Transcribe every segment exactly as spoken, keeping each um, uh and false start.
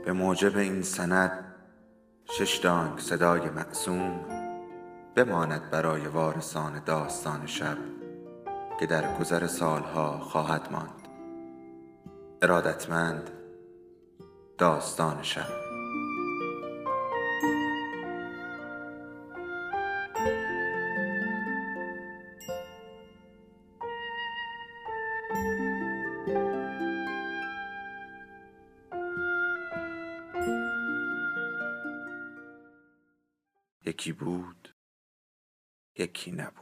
به موجب این سند شش دانگ صدای معصوم بماند برای وارثان داستان شب که در گذر سالها خواهد ماند. ارادتمند، داستان شب. یکی بود، یکی نبود.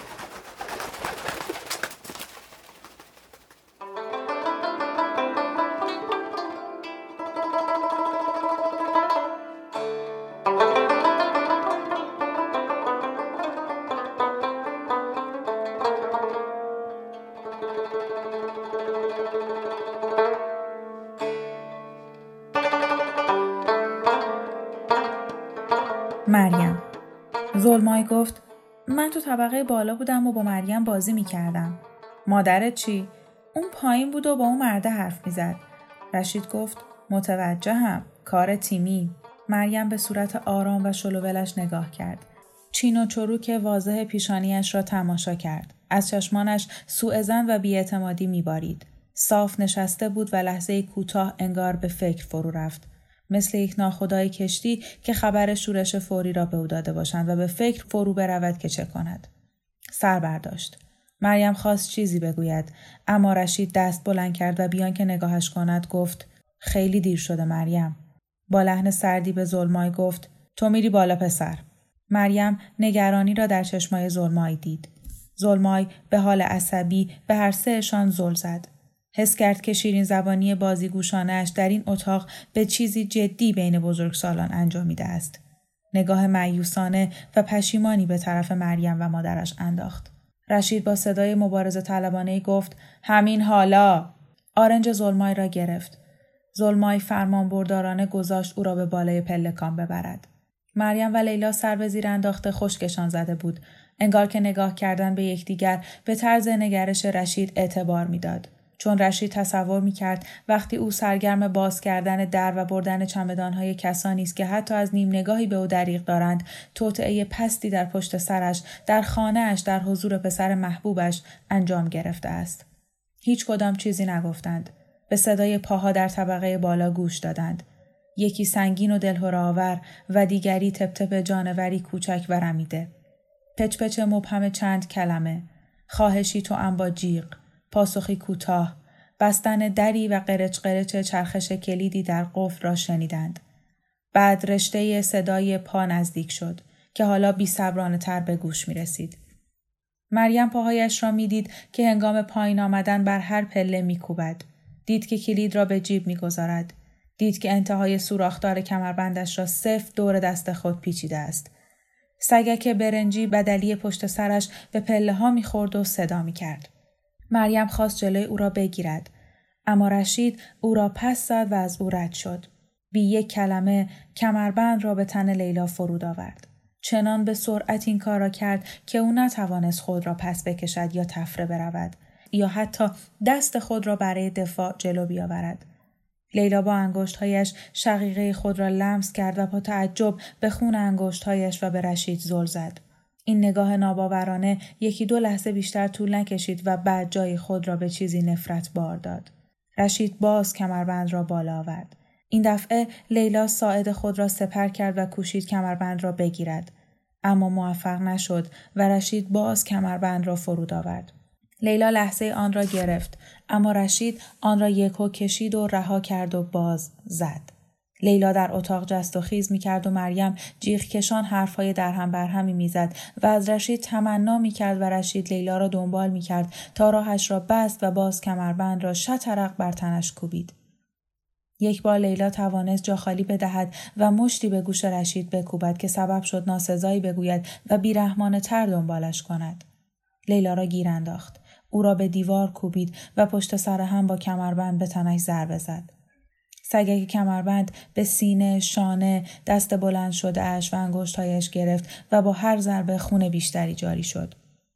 مریم. زلمای گفت من تو طبقه بالا بودم و با مریم بازی می کردم. مادرت چی؟ اون پایین بود و با اون مرده حرف می زد. رشید گفت متوجهم، کار تیمی. مریم به صورت آرام و شلوولش نگاه کرد. چین و چروک واضح پیشانیش را تماشا کرد. از چشمانش سوءظن و بی‌اعتمادی می بارید. صاف نشسته بود و لحظه کوتاه انگار به فکر فرو رفت. مثل یک ناخدای کشتی که خبر شورش فوری را به او داده باشند و به فکر فرو برود که چه کند. سر برداشت. مریم خواست چیزی بگوید، اما رشید دست بلند کرد و بیان که نگاهش کند گفت خیلی دیر شده مریم. با لحن سردی به زلمای گفت تو میری بالا پسر. مریم نگرانی را در چشمای زلمای دید. زلمای به حال عصبی به هر سهشان زل زد. حس کرد که شیرین زبانی بازیگوشانش در این اتاق به چیزی جدی بین بزرگسالان انجامیده است. نگاه مایوسانه و پشیمانی به طرف مریم و مادرش انداخت. رشید با صدای مبارزه طلبانه‌ای گفت همین حالا. آرنج زلمای را گرفت. زلمای فرمانبردارانه گذاشت او را به بالای پلکان ببرد. مریم و لیلا سر به زیر انداخته خشکشان زده بود. انگار که نگاه کردن به یکدیگر به طرز نگرش رشید اعتبار میداد. چون رشید تصور می‌کرد وقتی او سرگرم باز کردن در و بردن چمدان‌های کسانی است که حتی از نیم نگاهی به او دریغ دارند، توطئه پستی در پشت سرش، در خانه‌اش، در حضور پسر محبوبش انجام گرفته است. هیچ کدام چیزی نگفتند. به صدای پاها در طبقه بالا گوش دادند. یکی سنگین و دلهره‌آور و دیگری تپ تپ جانوری کوچک و رمیده. پچ پچ مبهم چند کلمه، خواهشی توأم با جیغ، پاسخی کوتاه، بستن دری و قرچ قرچ چرخش کلیدی در قفل را شنیدند. بعد رشته صدای پا نزدیک شد که حالا بی‌صبرانه تر به گوش می رسید. مریم پاهایش را می دید که هنگام پایین آمدن بر هر پله می کوبد. دید که کلید را به جیب می گذارد. دید که انتهای سوراخدار کمربندش را سفت دور دست خود پیچیده است. سگک برنجی بدلی پشت سرش به پله ها می خورد و صدا می کرد. مریم خواست جلوی او را بگیرد، اما رشید او را پس زد و از او رد شد. بی یک کلمه کمربند را به تن لیلا فرود آورد. چنان به سرعت این کار را کرد که او نتوانست خود را پس بکشد یا تفره برود یا حتی دست خود را برای دفاع جلو بیاورد. لیلا با انگشت‌هایش شقیقه خود را لمس کرد و با تعجب به خون انگشت‌هایش و به رشید زل زد. این نگاه ناباورانه یکی دو لحظه بیشتر طول نکشید و بعد جای خود را به چیزی نفرت بار داد. رشید باز کمربند را بالا آورد. این دفعه لیلا ساعد خود را سپر کرد و کوشید کمربند را بگیرد. اما موفق نشد و رشید باز کمربند را فرود آورد. لیلا لحظه آن را گرفت، اما رشید آن را یکو کشید و رها کرد و باز زد. لیلا در اتاق جست و خیز می کرد و مریم جیغ کشان حرفهای درهم برهمی می زد و از رشید تمنا می کرد و رشید لیلا را دنبال می کرد تا راهش را بست و باز کمربند را شطرق بر تنش کوبید. یک بار لیلا توانست جا خالی بدهد و مشتی به گوش رشید بکوبد که سبب شد ناسزایی بگوید و بیرحمانه تر دنبالش کند. لیلا را گیر انداخت. او را به دیوار کوبید و پشت سر هم با کمربند به تنش ضربه زد. سگک کمربند به سینه، شانه، دست بلند شده اش و انگشت‌هایش گرفت و با هر ضربه خون بیشتری جاری شد.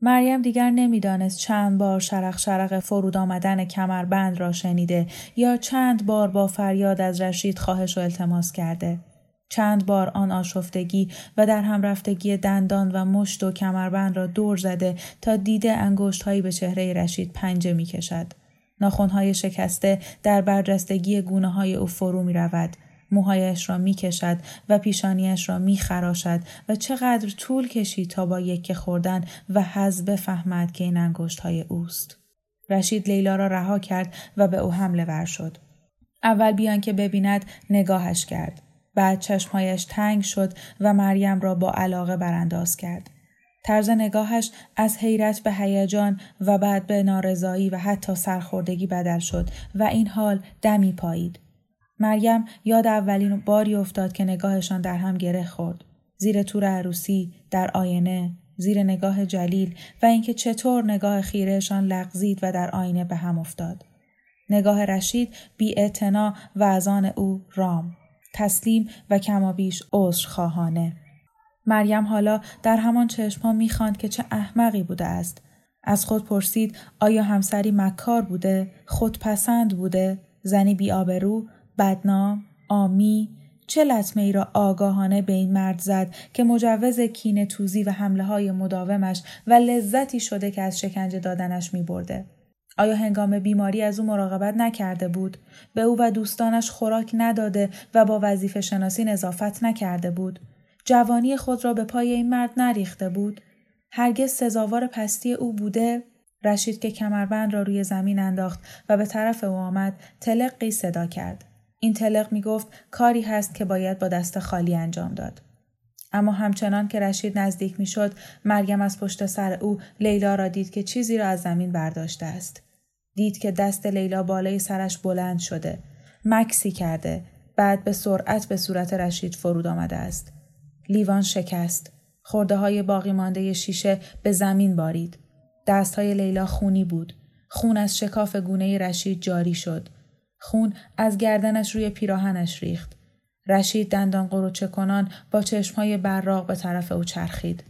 مریم دیگر نمیدانست چند بار شرق شرق فرود آمدن کمربند را شنیده یا چند بار با فریاد از رشید خواهش و التماس کرده. چند بار آن آشفتگی و در هم رفتگی دندان و مشت و کمربند را دور زده تا دیده انگشت‌هایی به چهره رشید پنجه می کشد. ناخن‌های شکسته در برجستگی گونه‌های او فرو می رود. موهایش را می کشد و پیشانیش را می خراشد و چقدر طول کشید تا با یکه خوردن و حظ بفهمد که این انگشت‌های اوست. رشید لیلا را رها کرد و به او حمله ور شد. اول بیان که ببیند نگاهش کرد. بعد چشمهایش تنگ شد و مریم را با علاقه برانداز کرد. طرز نگاهش از حیرت به هیجان و بعد به نارضایی و حتی سرخوردگی بدل شد و این حال دمی پایید. مریم یاد اولین باری افتاد که نگاهشان در هم گره خورد. زیر تور عروسی، در آینه، زیر نگاه جلیل و اینکه چطور نگاه خیرهشان لغزید و در آینه به هم افتاد. نگاه رشید بی‌اعتنا و از آن او رام. تسلیم و کمابیش عذرخواهانه. مریم حالا در همان چشم‌ها می‌خواند که چه احمقی بوده است. از خود پرسید آیا همسری مکار بوده، خودپسند بوده، زنی بی‌آبرو، بدنام، عامی؟ چه لطمه‌ای را آگاهانه به این مرد زد که مجوز کینه توزی و حمله‌های مداومش و لذتی شده که از شکنجه دادنش می‌برده؟ آیا هنگام بیماری از او مراقبت نکرده بود؟ به او و دوستانش خوراک نداده و با وظیفه شناسی نظافت نکرده بود؟ جوانی خود را به پای این مرد نریخته بود؟ هرگز سزاوار پستی او بوده؟ رشید که کمربند را روی زمین انداخت و به طرف او آمد تلقی صدا کرد. این تلق می گفت کاری هست که باید با دست خالی انجام داد. اما همچنان که رشید نزدیک می شد، مریم از پشت سر او لیلا را دید که چیزی را از زمین برداشته است. دید که دست لیلا بالای سرش بلند شده. مکسی کرده. بعد به سرعت به صورت رشید فرود آمده است. لیوان شکست. خورده های باقی مانده شیشه به زمین بارید. دست های لیلا خونی بود. خون از شکاف گونه رشید جاری شد. خون از گردنش روی پیراهنش ریخت. رشید دندان قروچه کنان با چشمهای براق به طرف او چرخید.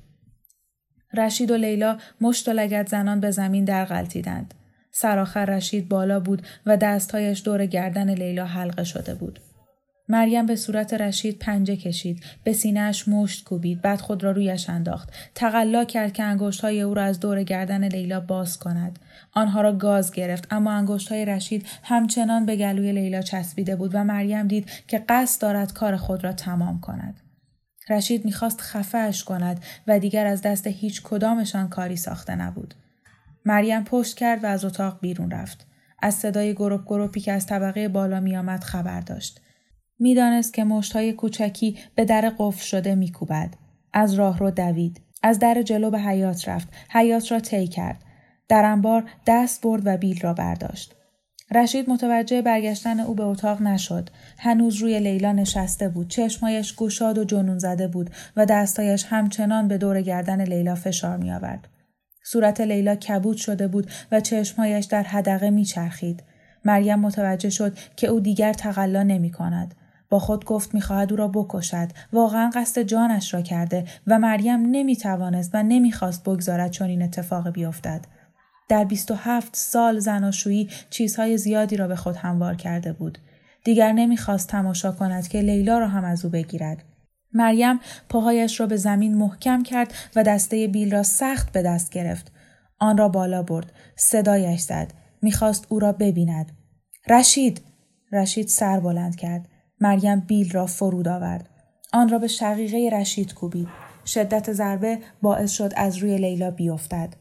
رشید و لیلا مشت و لگد زنان به زمین در غلطیدند. سرآخر رشید بالا بود و دستهایش دور گردن لیلا حلقه شده بود. مریم به صورت رشید پنجه کشید، به سینه‌اش مشت کوبید، بعد خود را رویش انداخت. تقلا کرد که انگشت‌های او را از دور گردن لیلا باز کند. آنها را گاز گرفت، اما انگشت‌های رشید همچنان به گلوی لیلا چسبیده بود و مریم دید که قصد دارد کار خود را تمام کند. رشید می‌خواست خفه‌اش کند و دیگر از دست هیچ کدامشان کاری ساخته نبود. مریم پشت کرد و از اتاق بیرون رفت. از صدای گروپ گروپی که از طبقه بالا می‌آمد خبر داشت. میدانست که مشت‌های کوچکی به در قفل شده می‌کوبد. از راهرو دوید. از در جلو به حیاط رفت. حیاط را طی کرد. در انبار دست برد و بیل را برداشت. رشید متوجه برگشتن او به اتاق نشد. هنوز روی لیلا نشسته بود. چشمایش گشاد و جنون زده بود و دستایش همچنان به دور گردن لیلا فشار می آورد. صورت لیلا کبود شده بود و چشمایش در حدقه می چرخید. مریم متوجه شد که او دیگر تقلا نمی کند. با خود گفت می‌خواهد او را بکشد. واقعا قصد جانش را کرده و مریم نمی‌توانست و نمی‌خواست بگذارد چون این اتفاق بیفتد. در بیست و هفت سال زناشویی چیزهای زیادی را به خود هموار کرده بود. دیگر نمی‌خواست تماشا کند که لیلا را هم از او بگیرد. مریم پاهایش را به زمین محکم کرد و دسته بیل را سخت به دست گرفت. آن را بالا برد. صدایش زد. می‌خواست او را ببیند. رشید! رشید سر بلند کرد. مریم بیل را فرود آورد. آن را به شقیقه رشید کوبید. شدت ضربه باعث شد از روی لیلا بیفتد.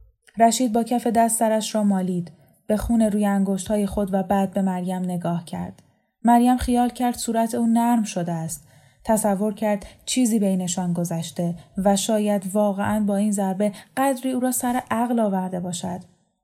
رشید با کف دست سرش را مالید. به خون روی انگشت‌های خود و بعد به مریم نگاه کرد. مریم خیال کرد صورت او نرم شده است. تصور کرد چیزی بینشان گذشته و شاید واقعاً با این ضربه قدری او را سر عقل آورده باشد.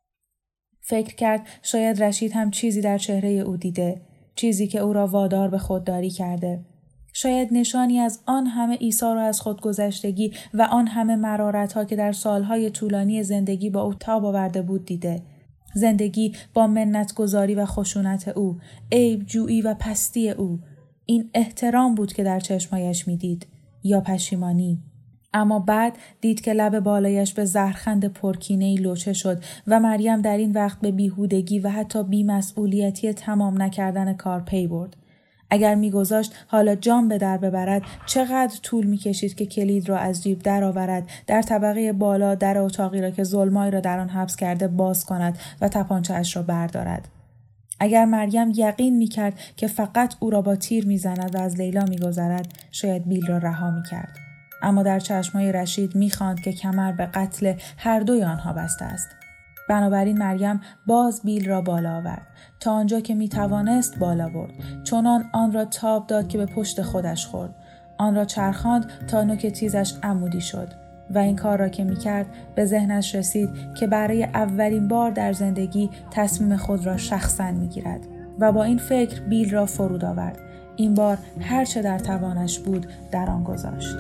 فکر کرد شاید رشید هم چیزی در چهره او دیده. چیزی که او را وادار به خودداری کرده. شاید نشانی از آن همه ایثار و از خودگذشتگی و آن همه مرارت‌ها که در سالهای طولانی زندگی با او تاب آورده بود دیده. زندگی با منتگذاری و خشونت او، عیب جویی و پستی او. این احترام بود که در چشمایش می‌دید یا پشیمانی. اما بعد دید که لب بالایش به زهرخند پرکینه‌ای لوچه شد و مریم در این وقت به بیهودگی و حتی بی‌مسئولیتی تمام نکردن کار پی برد. اگر می‌گذاشت حالا جان به در ببرد، چقدر طول می‌کشید که کلید را از جیب درآورد، در طبقه بالا در اتاقی را که ظلمای را در آن حبس کرده باز کند و تپانچه‌اش را بردارد. اگر مریم یقین می‌کرد که فقط او را با تیر می‌زند و از لیلا می‌گذرد، شاید بیل را رها می‌کرد. اما در چشمای رشید می‌خواند که کمر به قتل هر دوی آنها بسته است. بنابراین مریم باز بیل را بالا آورد، تا آنجا که می‌توانست بالا برد، چنان آن را تاب داد که به پشت خودش خورد. آن را چرخاند تا نوک تیزش عمودی شد و این کار را که می‌کرد به ذهنش رسید که برای اولین بار در زندگی تصمیم خود را شخصاً می‌گیرد و با این فکر بیل را فرود آورد. این بار هر چه در توانش بود در آن گذاشت.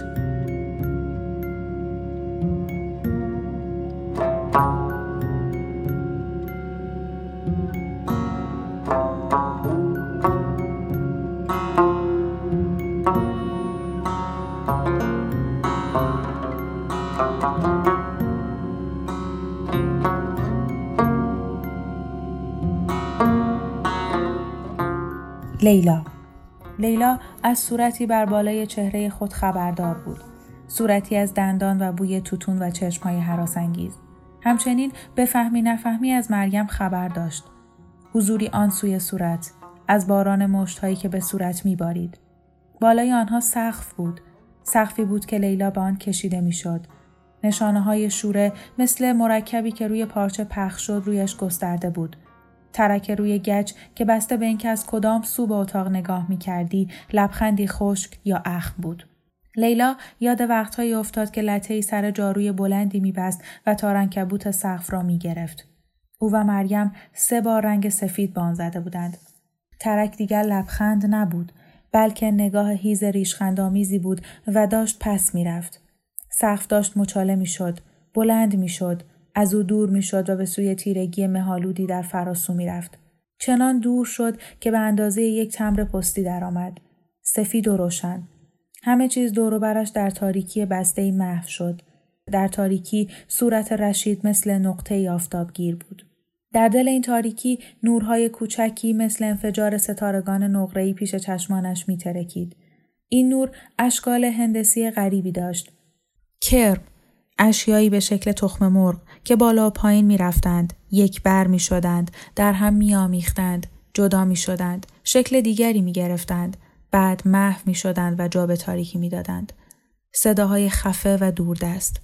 لیلا لیلا از صورتی بر بالای چهره خود خبردار بود. صورتی از دندان و بوی توتون و چشمهای هراس‌انگیز. همچنین به فهمی نفهمی از مریم خبر داشت. حضوری آن سوی صورت، از باران مشت‌هایی که به صورت می‌بارید. بالای آنها سقف بود. سقفی بود که لیلا به آن کشیده می‌شد. نشانه‌های شوره مثل مرکبی که روی پارچه پخش شد رویش گسترده بود. ترک روی گچ که بسته به اینکه از کدام سو به اتاق نگاه می‌کردی، لبخندی خشک یا اخم بود. لیلا یاد وقتهایی افتاد که لته‌ای سر جاروی بلندی می‌بست و تا عنکبوت سقف را می‌گرفت. او و مریم سه بار رنگ سفید به آن زده بودند. ترک دیگر لبخند نبود، بلکه نگاه هیز ریشخندآمیزی بود و داشت پس می‌رفت. سقف داشت مچاله می‌شد، بلند می‌شد، از او دور می‌شد و به سوی تیرگی مه‌آلودی در فراسو می‌رفت. چنان دور شد که به اندازه یک تمبر پستی درآمد. سفید و روشن. همه چیز دور و برش در تاریکی بسته‌ای محو شد. در تاریکی صورت رشید مثل نقطه‌ای آفتابگیر بود. در دل این تاریکی نورهای کوچکی مثل انفجار ستارگان نقره‌ای پیش چشمانش می‌ترکید. این نور اشکال هندسی غریبی داشت. کرب، اشیایی به شکل تخم مرغ که بالا و پایین می رفتند، یک بر می شدند، در هم می آمیختند، جدا می شدند، شکل دیگری می گرفتند، بعد محو می شدند و جا به تاریکی می دادند. صداهای خفه و دوردست.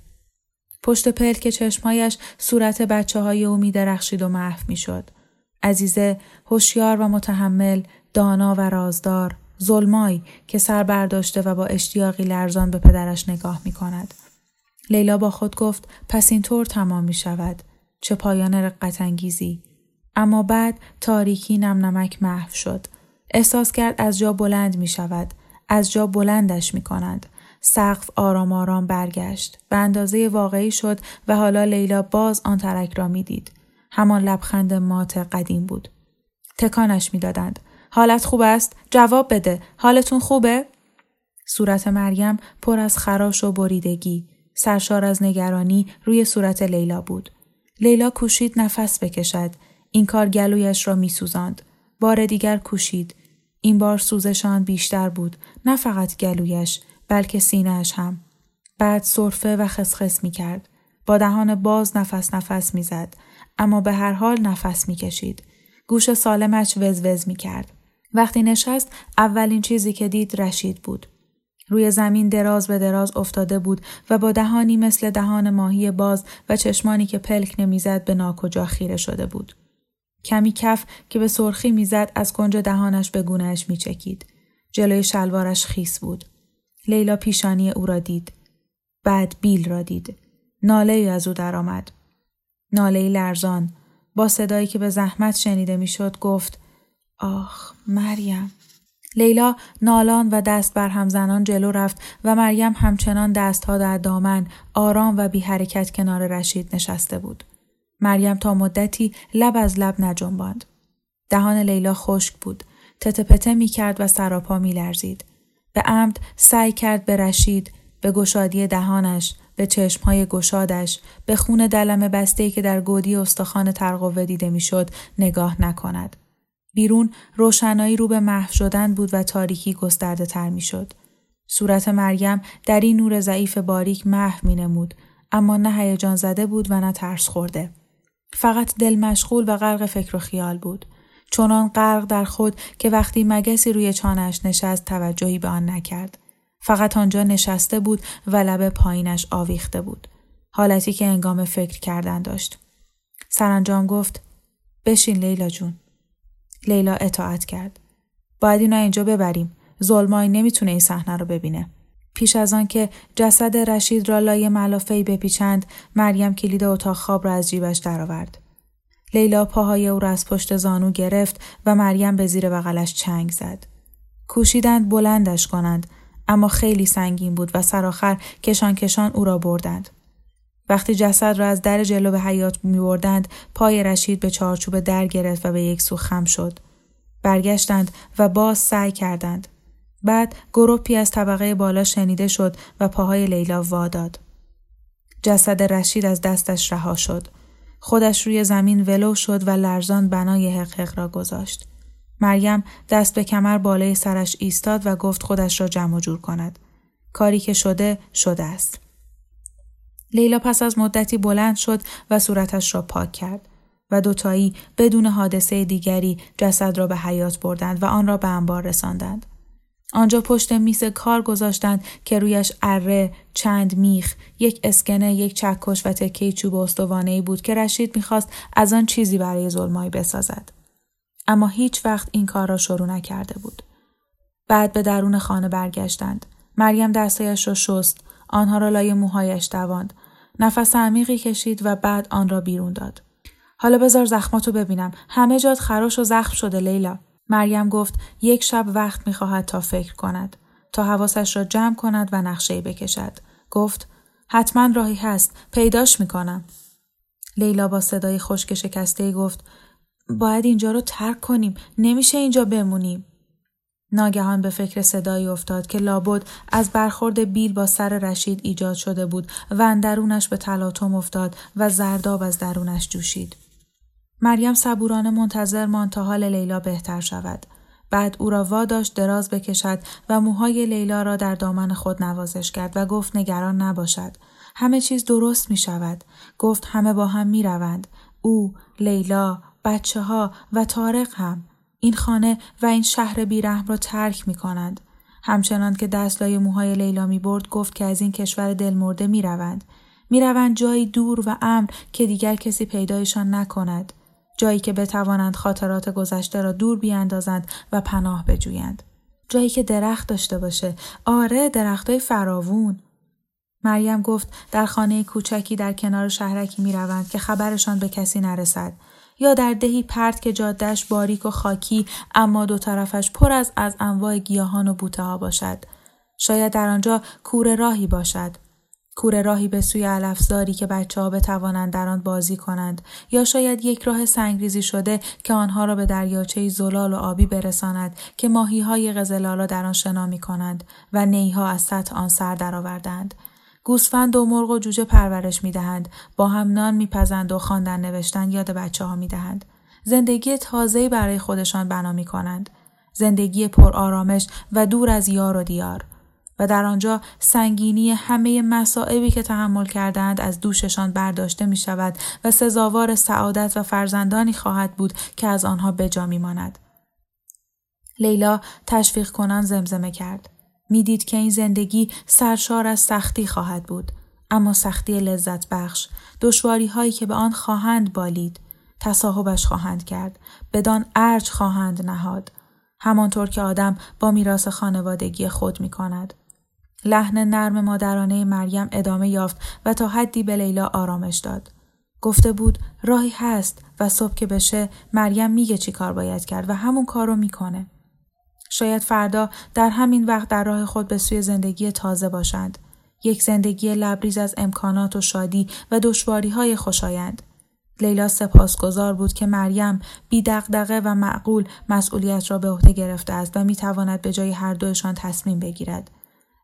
پشت پلک چشمهایش صورت بچه های او می درخشید و محو می شد. عزیزه، هوشیار و متحمل، دانا و رازدار، ظلمای که سر برداشته و با اشتیاقی لرزان به پدرش نگاه می کند. لیلا با خود گفت پس اینطور تمام می شود. چه پایان رقت انگیزی. اما بعد تاریکی نم نمک محو شد. احساس کرد از جا بلند می شود. از جا بلندش می کنند. سقف آرام آرام برگشت. به اندازه واقعی شد و حالا لیلا باز آن ترک را می دید. همان لبخند مات قدیم بود. تکانش می دادند. حالت خوب است؟ جواب بده. حالتون خوبه؟ صورت مریم پر از خراش و بریدگی. سرشار از نگرانی روی صورت لیلا بود. لیلا کوشید نفس بکشد. این کار گلویش را می سوزاند. بار دیگر کوشید. این بار سوزشان بیشتر بود. نه فقط گلویش، بلکه سینه‌اش هم. بعد سرفه و خسخس می کرد. با دهان باز نفس نفس می زد. اما به هر حال نفس می کشید. گوش سالمش وز وز می کرد. وقتی نشست، اولین چیزی که دید رشید بود. روی زمین دراز به دراز افتاده بود و با دهانی مثل دهان ماهی باز و چشمانی که پلک نمیزد به ناکجا خیره شده بود. کمی کف که به سرخی میزد از کنج دهانش به گونه‌اش میچکید. جلوی شلوارش خیس بود. لیلا پیشانی او را دید. بعد بیل را دید. ناله‌ای از او درآمد. ناله‌ای لرزان. با صدایی که به زحمت شنیده میشد گفت آخ مریم. لیلا نالان و دست بر هم زنان جلو رفت و مریم همچنان دستها در دامن آرام و بی حرکت کنار رشید نشسته بود. مریم تا مدتی لب از لب نجنباند. دهان لیلا خشک بود. تته پته می کرد و سراپا می لرزید. به عمد سعی کرد به رشید به گشادی دهانش، به چشمهای گشادش، به خون دلم بسته‌ای که در گودی استخوان ترقوه دیده میشد نگاه نکند. بیرون روشنایی رو به محو شدن بود و تاریکی گسترده تر می شد. صورت مریم در این نور ضعیف باریک محو می نمود، اما نه هیجان زده بود و نه ترس خورده. فقط دل مشغول و غرق فکر و خیال بود. چنان غرق در خود که وقتی مگسی روی چانش نشست توجهی به آن نکرد. فقط آنجا نشسته بود و لب پایینش آویخته بود. حالتی که هنگام فکر کردن داشت. سرانجام گفت: بشین لیلا جون. لیلا اطاعت کرد. باید اینا اینجا ببریم. ظلمای نمیتونه این صحنه رو ببینه. پیش از آن که جسد رشید را لای ملافه‌ای بپیچند، مریم کلید اتاق خواب را از جیبش درآورد. لیلا پاهای او را از پشت زانو گرفت و مریم به زیر بغلش چنگ زد. کوشیدند بلندش کنند، اما خیلی سنگین بود و سرآخر کشان کشان او را بردند. وقتی جسد را از در جلو به حیاط می بردند، پای رشید به چارچوب در گرفت و به یک سو خم شد. برگشتند و باز سعی کردند. بعد گروپی از طبقه بالا شنیده شد و پاهای لیلا واداد. جسد رشید از دستش رها شد. خودش روی زمین ولو شد و لرزان بنای حقحق را گذاشت. مریم دست به کمر بالای سرش ایستاد و گفت خودش را جمع جور کند. کاری که شده، شده است. لیلا پس از مدتی بلند شد و صورتش را پاک کرد و دوتایی بدون حادثه دیگری جسد را به حیاط بردند و آن را به انبار رساندند. آنجا پشت میز کار گذاشتند که رویش اره، چند میخ، یک اسکنه، یک چکش و تکه چوب استوانه‌ای بود که رشید میخواست از آن چیزی برای ظلمای بسازد. اما هیچ وقت این کار را شروع نکرده بود. بعد به درون خانه برگشتند. مریم دستایش را شست، آنها را لای موهایش دواند. نفس عمیقی کشید و بعد آن را بیرون داد. حالا بذار زخماتو ببینم. همه جات خراش و زخم شده لیلا. مریم گفت یک شب وقت می‌خواهد تا فکر کند، تا حواسش را جمع کند و نقشه‌ای بکشد. گفت حتما راهی هست، پیداش می‌کنم. لیلا با صدای خشک شکسته‌ای گفت باید اینجا رو ترک کنیم، نمیشه اینجا بمونیم. ناگهان به فکر صدایی افتاد که لابد از برخورد بیل با سر رشید ایجاد شده بود و اندرونش به تلاطم افتاد و زرداب از درونش جوشید. مریم صبورانه منتظر ماند تا حال لیلا بهتر شود. بعد او را واداشت دراز بکشد و موهای لیلا را در دامن خود نوازش کرد و گفت نگران نباشد. همه چیز درست می شود. گفت همه با هم می روند. او، لیلا، بچه ها و طارق هم. این خانه و این شهر بیرحم را ترک می کنند. همچنان که دست لای موهای لیلا می برد گفت که از این کشور دلمرده می روند. می روند جایی دور و امن که دیگر کسی پیدایشان نکند. جایی که بتوانند خاطرات گذشته را دور بیاندازند و پناه بجویند. جایی که درخت داشته باشه. آره، درختای فراوون. مریم گفت در خانه کوچکی در کنار شهرکی می روند که خبرشان به کسی نرسد. یا در دهی پرت که جاده‌اش باریک و خاکی اما دو طرفش پر از از انواع گیاهان و بوته ها باشد. شاید در آنجا کوره راهی باشد. کوره راهی به سوی علفزاری که بچه ها بتوانند در آن بازی کنند، یا شاید یک راه سنگریزی شده که آنها را به دریاچه‌ای زلال و آبی برساند که ماهی‌های قزلالا در آن شنا می‌کنند و نی‌ها از سطح آن سر درآوردند. گوسفند و مرغ و جوجه پرورش می‌دهند، با هم نان می‌پزند و خواندن نوشتن یاد بچه‌ها می‌دهند. زندگی تازه‌ای برای خودشان بنا می‌کنند. زندگی پر آرامش و دور از یار و دیار. و در آنجا سنگینی همه مصائبی که تحمل کردند از دوششان برداشته می شود و سزاوار سعادت و فرزندانی خواهد بود که از آنها به جا می ماند. لیلا تشویق کنان زمزمه کرد. می دید که این زندگی سرشار از سختی خواهد بود، اما سختی لذت بخش، دشواری هایی که به آن خواهند بالید، تصاحبش خواهند کرد، بدان ارج خواهند نهاد، همانطور که آدم با میراث خانوادگی خود می کند. لحن نرم مادرانه مریم ادامه یافت و تا حدی به لیلا آرامش داد. گفته بود راهی هست و صبح که بشه مریم میگه چی کار باید کرد و همون کار رو میکنه. شاید فردا در همین وقت در راه خود به سوی زندگی تازه باشند. یک زندگی لبریز از امکانات و شادی و دشواری‌های خوشایند. لیلا سپاسگزار بود که مریم بی دغدغه و معقول مسئولیت را به عهده گرفته است و میتواند به جای هر دوشان تصمیم بگیرد.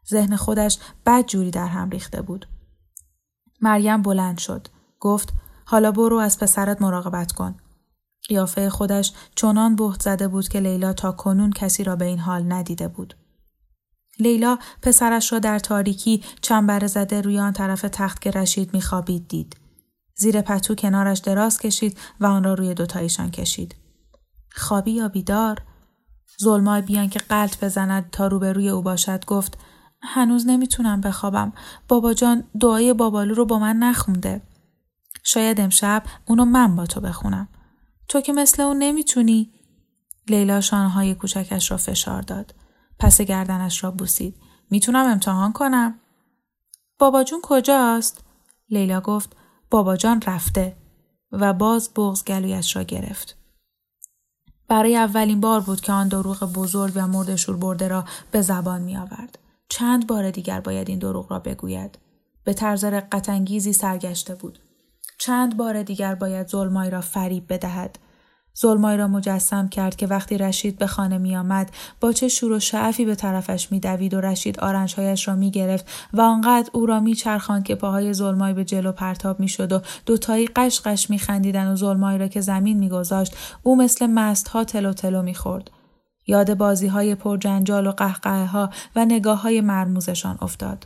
ذهن خودش بد جوری در هم ریخته بود. مریم بلند شد. گفت حالا برو از پسرت مراقبت کن. قیافه خودش چنان بهت زده بود که لیلا تا کنون کسی را به این حال ندیده بود. لیلا پسرش را در تاریکی چنبره زده روی آن طرف تخت که رشید میخوابید دید. زیر پتو کنارش دراز کشید و آن را روی دوتایشان کشید. خوابی یا بیدار؟ زلمای بیان که قلط بزند تا روبروی او باشد گفت هنوز نمیتونم بخوابم. بابا جان دعای بابالو رو با من نخونده. شاید امشب اونو من با تو بخونم. تو که مثل اون نمیتونی. لیلا شانه‌های کوچکش را فشار داد. پس گردنش را بوسید. میتونم امتحان کنم؟ بابا جون کجاست؟ لیلا گفت بابا جان رفته و باز بغض گلویش را گرفت. برای اولین بار بود که آن دروغ بزرگ و مرده‌شور برده را به زبان می آورد. چند بار دیگر باید این دروغ را بگوید. به طرز رقت‌انگیزی سرگشته بود. چند بار دیگر باید زلمای را فریب بدهد. زلمای را مجسم کرد که وقتی رشید به خانه می آمد با چه شور و شعفی به طرفش می دوید و رشید آرنجهایش را می گرفت و آنقدر او را می چرخاند که پاهای زلمای به جلو پرتاب می شد و دوتایی قش قش می خندیدن و زلمای را که زمین می گذاشت او مثل مست ها تلو تلو می خورد. یاد بازی های پر جنجال و قهقه ها و نگاه های مرموزشان افتاد.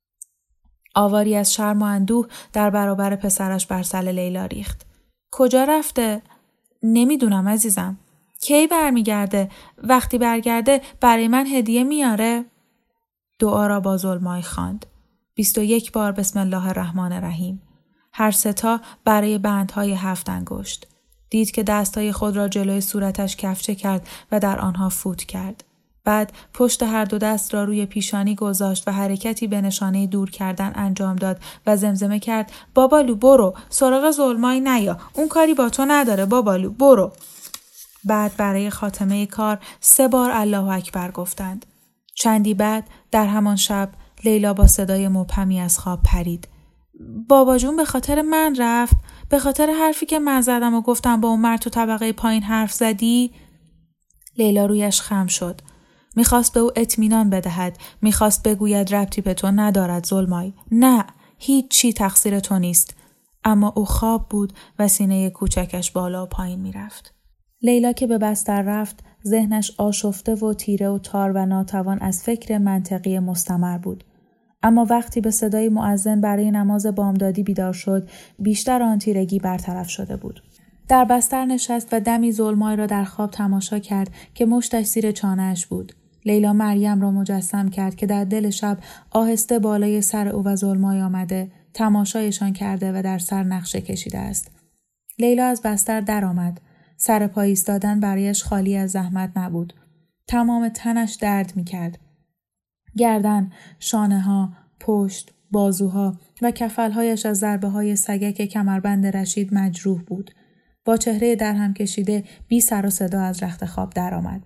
آواری از شرم و اندوه در برابر پسرش بر سر لیلا ریخت. کجا رفته؟ نمیدونم عزیزم. کی برمیگرده؟ وقتی برگرده برای من هدیه میاره؟ دعا را با زلمای خواند. بیست و یک بار بسم الله الرحمن الرحیم. هر ستا برای بندهای هفت انگشت. دید که دستهای خود را جلوی صورتش کفچه کرد و در آنها فوت کرد. بعد پشت هر دو دست را روی پیشانی گذاشت و حرکتی به نشانه دور کردن انجام داد و زمزمه کرد بابالو برو، سراغ زلمای نیا، اون کاری با تو نداره بابالو برو. بعد برای خاتمه کار سه بار الله اکبر گفتند. چندی بعد در همان شب لیلا با صدای مبهمی از خواب پرید. بابا جون به خاطر من رفت؟ به خاطر حرفی که من زدم و گفتم با اون مرد تو طبقه پایین حرف زدی؟ لیلا رویش خم شد. میخواست به او اطمینان بدهد. میخواست بگوید ربطی به تو ندارد زلمای. نه، هیچ چی تقصیر تو نیست. اما او خواب بود و سینه کوچکش بالا و پایین میرفت. لیلا که به بستر رفت، ذهنش آشفته و تیره و تار و ناتوان از فکر منطقی مستمر بود. اما وقتی به صدای مؤذن برای نماز بامدادی بیدار شد، بیشتر آن تیرگی برطرف شده بود. در بستر نشست و دمی زلمای را در خواب تماشا کرد که مشتش زیر چانه‌اش بود. لیلا مریم را مجسم کرد که در دل شب آهسته بالای سر او و زلمای آمده، تماشایشان کرده و در سر نقشه کشیده است. لیلا از بستر در آمد. سر پا ایستادن برایش خالی از زحمت نبود. تمام تنش درد می کرد. گردن، شانه ها، پشت، بازوها و کفلهایش از ضربه های سگک کمربند رشید مجروح بود. با چهره درهم کشیده بی سر و صدا از رخت خواب در آمد.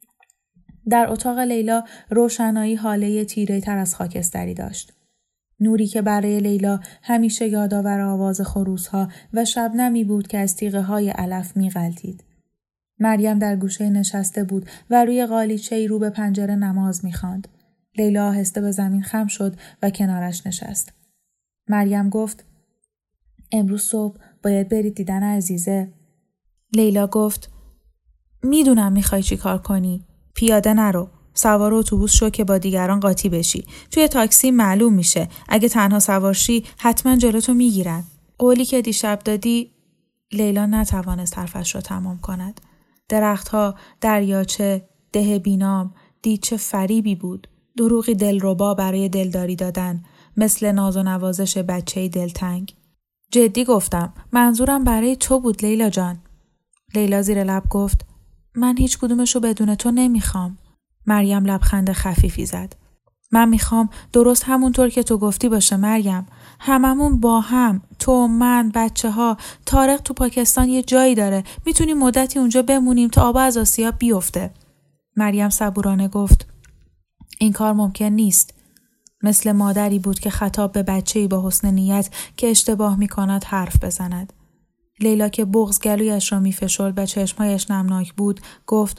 در اتاق لیلا روشنایی حاله تیره تر از خاکستری داشت. نوری که برای لیلا همیشه یادآور آواز خروس‌ها و شبنمی بود که از تیغه های علف می‌غلتید. مریم در گوشه نشسته بود و روی قالیچه‌ای رو به پنجره نماز می‌خواند. لیلا آهسته به زمین خم شد و کنارش نشست. مریم گفت امروز صبح باید برید دیدن عزیزه. لیلا گفت میدونم میخوای چی کار کنی. پیاده نرو. سوار اتوبوس شو که با دیگران قاطی بشی. توی تاکسی معلوم میشه. اگه تنها سوار شی حتما جلوتو میگیرن. قولی که دیشب دادی. لیلا نتوانست حرفش را تمام کند. درختها، دریاچه، ده بینام، دید چه فریبی بود. دروغی دلربا برای دلداری دادن، مثل ناز و نوازش بچه‌ای دلتنگ. جدی گفتم، منظورم برای تو بود لیلا جان. لیلا زیر لب گفت من هیچ کدومشو بدون تو نمیخوام. مریم لبخند خفیفی زد. من میخوام درست همونطور که تو گفتی باشه مریم. هممون با هم، تو، من، بچه ها. طارق تو پاکستان یه جایی داره. میتونیم مدتی اونجا بمونیم تا آب از آسیا بیفته. مریم صبورانه گفت این کار ممکن نیست. مثل مادری بود که خطاب به بچه‌ای با حسن نیت که اشتباه میکند حرف بزند. لیلا که بغض گلویش را میفشرد و چشمهایش نمناک بود گفت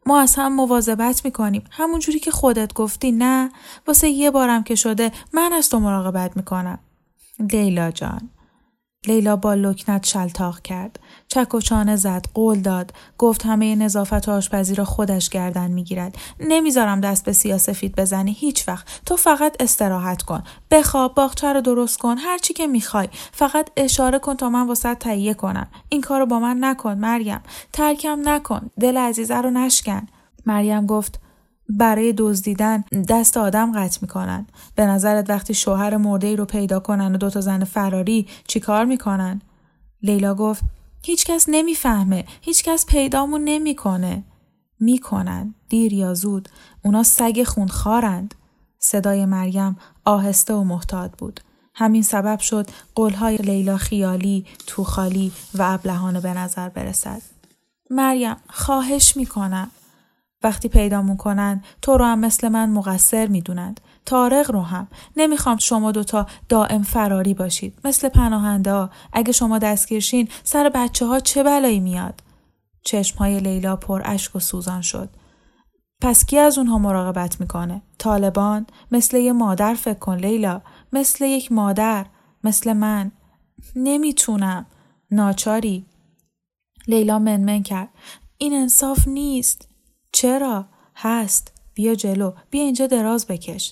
ما از هم مواظبت میکنیم، همون جوری که خودت گفتی. نه، واسه یه بارم که شده من از تو مراقبت میکنم. لیلا جان. لیلا با لکنت شلتاق کرد. چک و چانه زد، قول داد، گفت همه نظافت و آشپزی را خودش گردن میگیرد. نمیذارم دست به سیاه‌سفید بزنی هیچ وقت. تو فقط استراحت کن. بخواب، باغچه رو درست کن، هر چی که میخوای. فقط اشاره کن تا من واسط تهیه کنم. این کارو با من نکن مریم. ترکم نکن. دل عزیزه رو نشکن. مریم گفت برای دزدیدن دست آدم قطع میکنن. به نظرت وقتی شوهر مرده ای رو پیدا کنن و دوتا زن فراری چی کار میکنن؟ لیلا گفت هیچ کس نمیفهمه. هیچ کس پیدامون نمیکنه. میکنن. دیر یا زود. اونا سگ خونخوارند. صدای مریم آهسته و محتاط بود. همین سبب شد قولهای لیلا خیالی، توخالی و ابلهانه به نظر برسد. مریم خواهش میکنم. وقتی پیدامون کنن تو رو هم مثل من مقصر میدونند. طارق رو هم. نمیخوام شما دوتا دائم فراری باشید. مثل پناهنده ها. اگه شما دستگیرشین سر بچه ها چه بلایی میاد؟ چشمهای لیلا پر اشک و سوزان شد. پس کی از اونها مراقبت میکنه؟ طالبان؟ مثل یه مادر فکر کن لیلا. مثل یک مادر. مثل من. نمیتونم. ناچاری. لیلا منمن کرد. این انصاف نیست. چرا؟ هست. بیا جلو. بیا اینجا دراز بکش.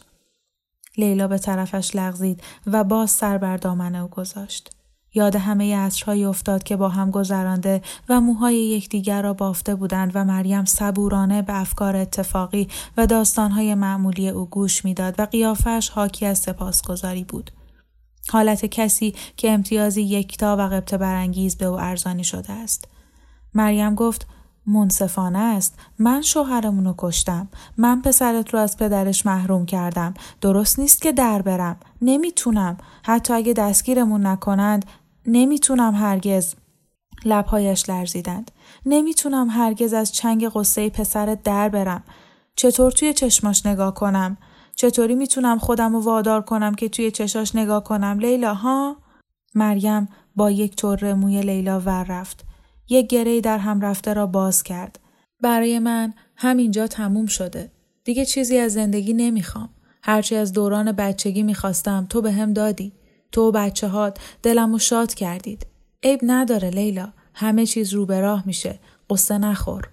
لیلا به طرفش لغزید و باز سر بر دامن او گذاشت. یاد همه عصرهایی افتاد که با هم گذرانده و موهای یکدیگر را بافته بودند و مریم صبورانه به افکار اتفاقی و داستانهای معمولی او گوش میداد و قیافش حاکی از سپاسگزاری بود. حالت کسی که امتیازی یکتا و غبطه برانگیز به او ارزانی شده است. مریم گفت منصفانه است. من شوهرمونو کشتم. من پسرت رو از پدرش محروم کردم. درست نیست که در برم. نمیتونم. حتی اگه دستگیرمون نکنند نمیتونم هرگز. لبهایش لرزیدند. نمیتونم هرگز از چنگ غصه پسرت در برم. چطور توی چشماش نگاه کنم؟ چطوری میتونم خودم رو وادار کنم که توی چشاش نگاه کنم لیلا ها؟ مریم با یک طره موی لیلا ور رفت. یک گره‌ای در هم رفته را باز کرد. برای من همینجا تموم شده. دیگه چیزی از زندگی نمیخوام. هرچی از دوران بچگی میخواستم تو به هم دادی. تو و بچه هات دلمو شاد کردید. عیب نداره لیلا. همه چیز رو به راه میشه. قصه نخور.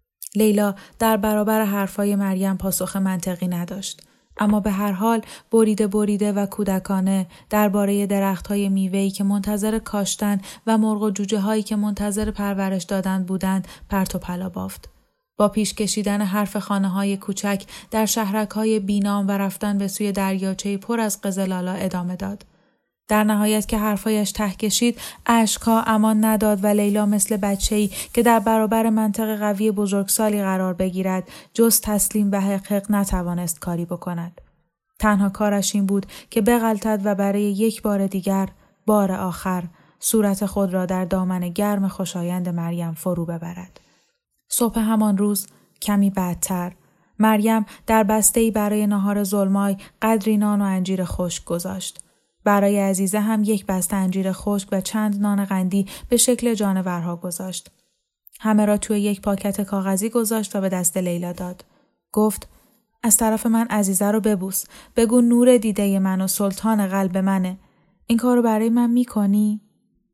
لیلا در برابر حرفای مریم پاسخ منطقی نداشت. اما به هر حال بریده بریده و کودکانه درباره درخت‌های میوه‌ای که منتظر کاشتن و مرغ و جوجه‌هایی که منتظر پرورش دادن بودند پرت و پلا بافت. با پیش کشیدن حرف خانه‌های کوچک در شهرک‌های بینام و رفتن به سوی دریاچه‌ای پر از قزلالا ادامه داد. در نهایت که حرفایش ته کشید، اشک‌ها امان نداد و لیلا مثل بچه‌ای که در برابر منطق قوی بزرگسالی قرار بگیرد، جز تسلیم و حقق نتوانست کاری بکند. تنها کارش این بود که بغلطد و برای یک بار دیگر، بار آخر، صورت خود را در دامن گرم خوشایند مریم فرو ببرد. صبح همان روز، کمی بعدتر، مریم در بسته‌ای برای ناهار زلمای قدری نان و انجیر خشک گذاشت. برای عزیزه هم یک بسته انجیر خشک و چند نان قندی به شکل جانورها گذاشت. همه را توی یک پاکت کاغذی گذاشت و به دست لیلا داد. گفت از طرف من عزیزه رو ببوس. بگو نور دیده من و سلطان قلب منه. این کار رو برای من میکنی؟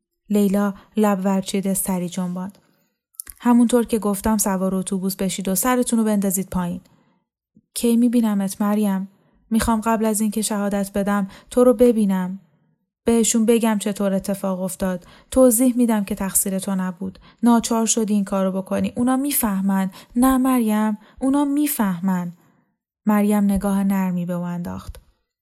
لیلا لب ورچیده سری جنباند. همونطور که گفتم سوار اتوبوس بشید و سرتون رو بندازید پایین. کی میبینمت مریم؟ میخوام قبل از این که شهادت بدم تو رو ببینم. بهشون بگم چطور اتفاق افتاد. توضیح میدم که تقصیر تو نبود. ناچار شدی این کارو بکنی. اونا میفهمن. نه مریم، اونا میفهمن. مریم نگاه نرمی به او انداخت.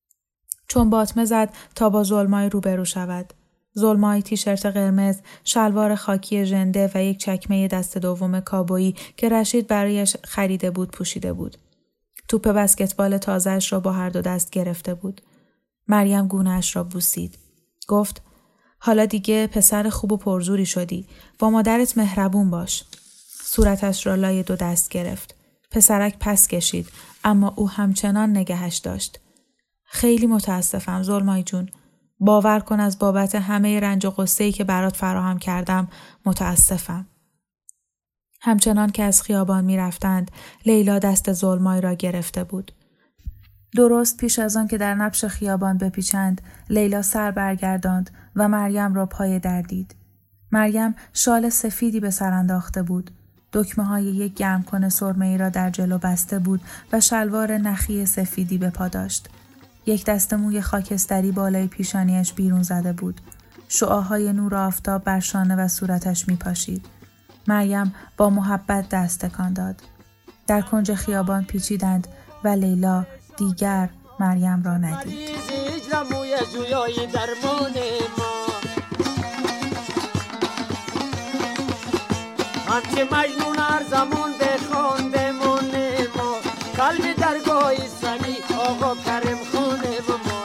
چون باطمه زد تا با زلمای روبرو شود. زلمای تیشرت قرمز، شلوار خاکی ژنده و یک چکمه دست دوم کابویی که رشید برایش خریده بود پوشیده بود. توپ بسکتبال تازه‌اش را با هر دو دست گرفته بود. مریم گونه‌اش را بوسید. گفت حالا دیگه پسر خوب و پرزوری شدی. با مادرت مهربون باش. صورتش را لای دو دست گرفت. پسرک پس کشید اما او همچنان نگهش داشت. خیلی متاسفم زلمای جون. باور کن از بابت همه رنج و غصه‌ای که برات فراهم کردم متاسفم. همچنان که از خیابان می رفتند، لیلا دست زلمای را گرفته بود. درست پیش از آن که در نبش خیابان بپیچند، لیلا سر برگرداند و مریم را پای در دید. مریم شال سفیدی به سر انداخته بود. دکمه های یک گرمکن سرمه‌ای را در جلو بسته بود و شلوار نخی سفیدی به پا داشت. یک دست موی خاکستری بالای پیشانیش بیرون زده بود. شعاعهای نور آفتاب بر شانه و صورتش می پاشید. مریم با محبت دست تکان داد. در کنج خیابان پیچیدند و لیلا دیگر مریم را ندید. همچه مجنون هر زمان بخوانده مونه ما قلب درگاه سنی آقا کرم خونه ما.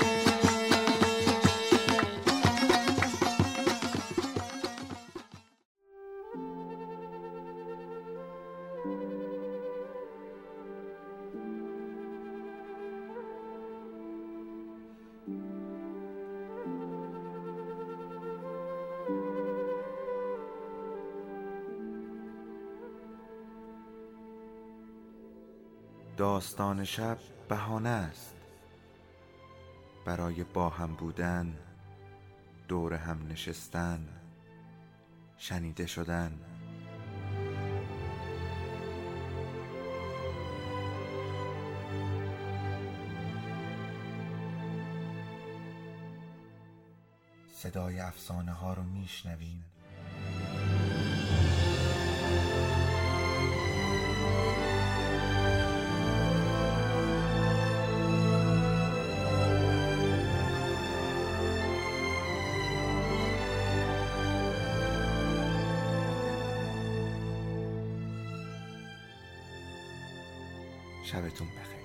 داستان شب بهانه است برای با هم بودن، دور هم نشستن، شنیده شدن. صدای افسانه ها رو میشنویم. شبتون بخیر.